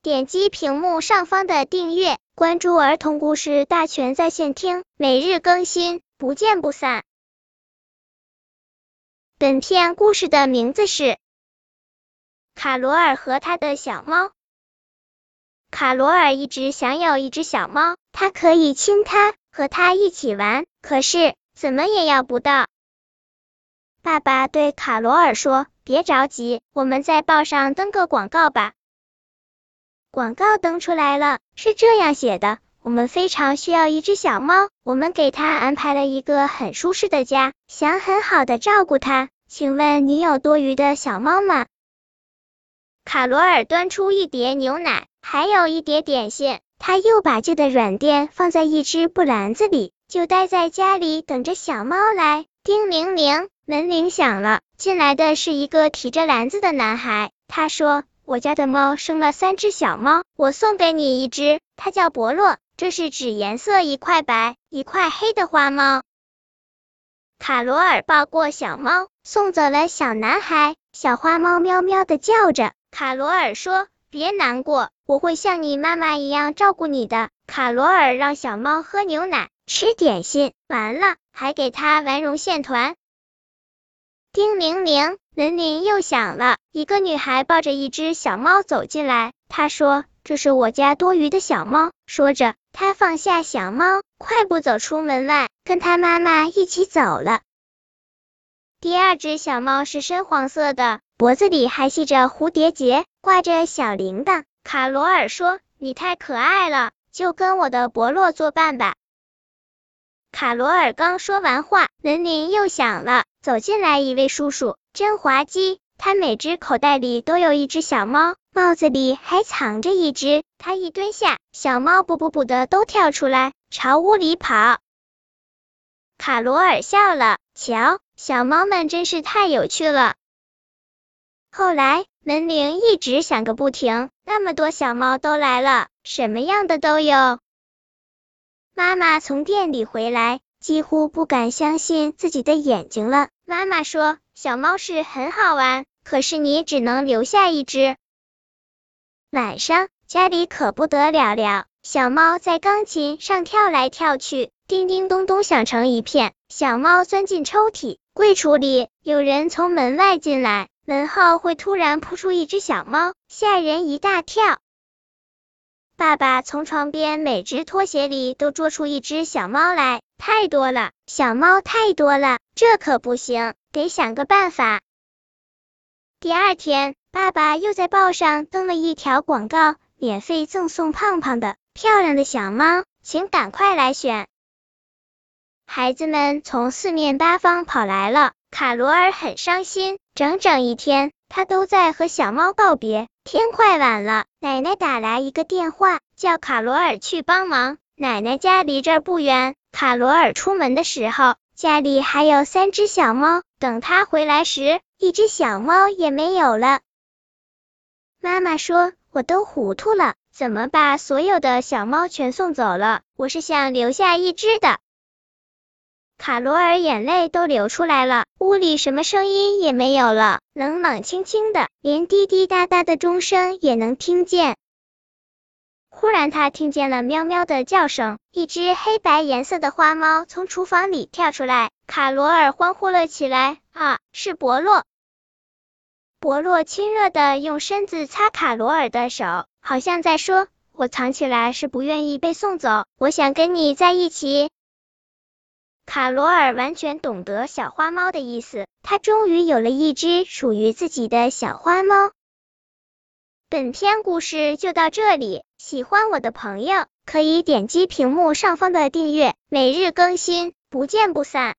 点击屏幕上方的订阅，关注儿童故事大全在线听，每日更新，不见不散。本片故事的名字是卡罗尔和他的小猫。卡罗尔一直想有一只小猫，它可以亲它，和它一起玩，可是怎么也要不到。爸爸对卡罗尔说，别着急，我们在报上登个广告吧。广告登出来了，是这样写的：我们非常需要一只小猫，我们给它安排了一个很舒适的家，想很好的照顾它，请问你有多余的小猫吗？卡罗尔端出一碟牛奶，还有一碟点心，他又把旧的软垫放在一只布篮子里，就待在家里等着小猫来。叮铃铃，门铃响了，进来的是一个提着篮子的男孩，他说，我家的猫生了3只小猫，我送给你一只，它叫伯洛，这是指颜色一块白一块黑的花猫。卡罗尔抱过小猫，送走了小男孩，小花猫喵喵的叫着。卡罗尔说，别难过，我会像你妈妈一样照顾你的。卡罗尔让小猫喝牛奶，吃点心，完了还给它玩绒线团。叮铃铃，门铃又响了，一个女孩抱着一只小猫走进来，她说，这是我家多余的小猫。说着，她放下小猫，快步走出门外，跟她妈妈一起走了。第二只小猫是深黄色的，脖子里还系着蝴蝶结，挂着小铃铛。卡罗尔说，你太可爱了，就跟我的伯洛作伴吧。卡罗尔刚说完话，门铃又响了，走进来一位叔叔，真滑稽，他每只口袋里都有一只小猫，帽子里还藏着一只，他一蹲下，小猫不不不的都跳出来，朝屋里跑。卡罗尔笑了，瞧，小猫们真是太有趣了。后来门铃一直响个不停，那么多小猫都来了，什么样的都有。妈妈从店里回来，几乎不敢相信自己的眼睛了。妈妈说，小猫是很好玩，可是你只能留下一只。晚上家里可不得了了，小猫在钢琴上跳来跳去，叮叮咚咚响成一片，小猫钻进抽屉、柜橱里，有人从门外进来，门后会突然扑出一只小猫，吓人一大跳。爸爸从床边每只拖鞋里都捉出一只小猫来，太多了，小猫太多了，这可不行，得想个办法。第二天，爸爸又在报上登了一条广告，免费赠送胖胖的、漂亮的小猫，请赶快来选。孩子们从四面八方跑来了，卡罗尔很伤心，整整一天，他都在和小猫告别。天快晚了，奶奶打来一个电话，叫卡罗尔去帮忙。奶奶家离这儿不远，卡罗尔出门的时候，家里还有3只小猫，等他回来时，一只小猫也没有了。妈妈说，我都糊涂了，怎么把所有的小猫全送走了？我是想留下一只的。卡罗尔眼泪都流出来了，屋里什么声音也没有了，冷冷清清的，连滴滴答答的钟声也能听见。忽然他听见了喵喵的叫声，一只黑白颜色的花猫从厨房里跳出来，卡罗尔欢呼了起来，啊，是伯洛。伯洛亲热的用身子擦卡罗尔的手，好像在说，我藏起来是不愿意被送走，我想跟你在一起。卡罗尔完全懂得小花猫的意思，他终于有了一只属于自己的小花猫。本篇故事就到这里，喜欢我的朋友可以点击屏幕上方的订阅，每日更新，不见不散。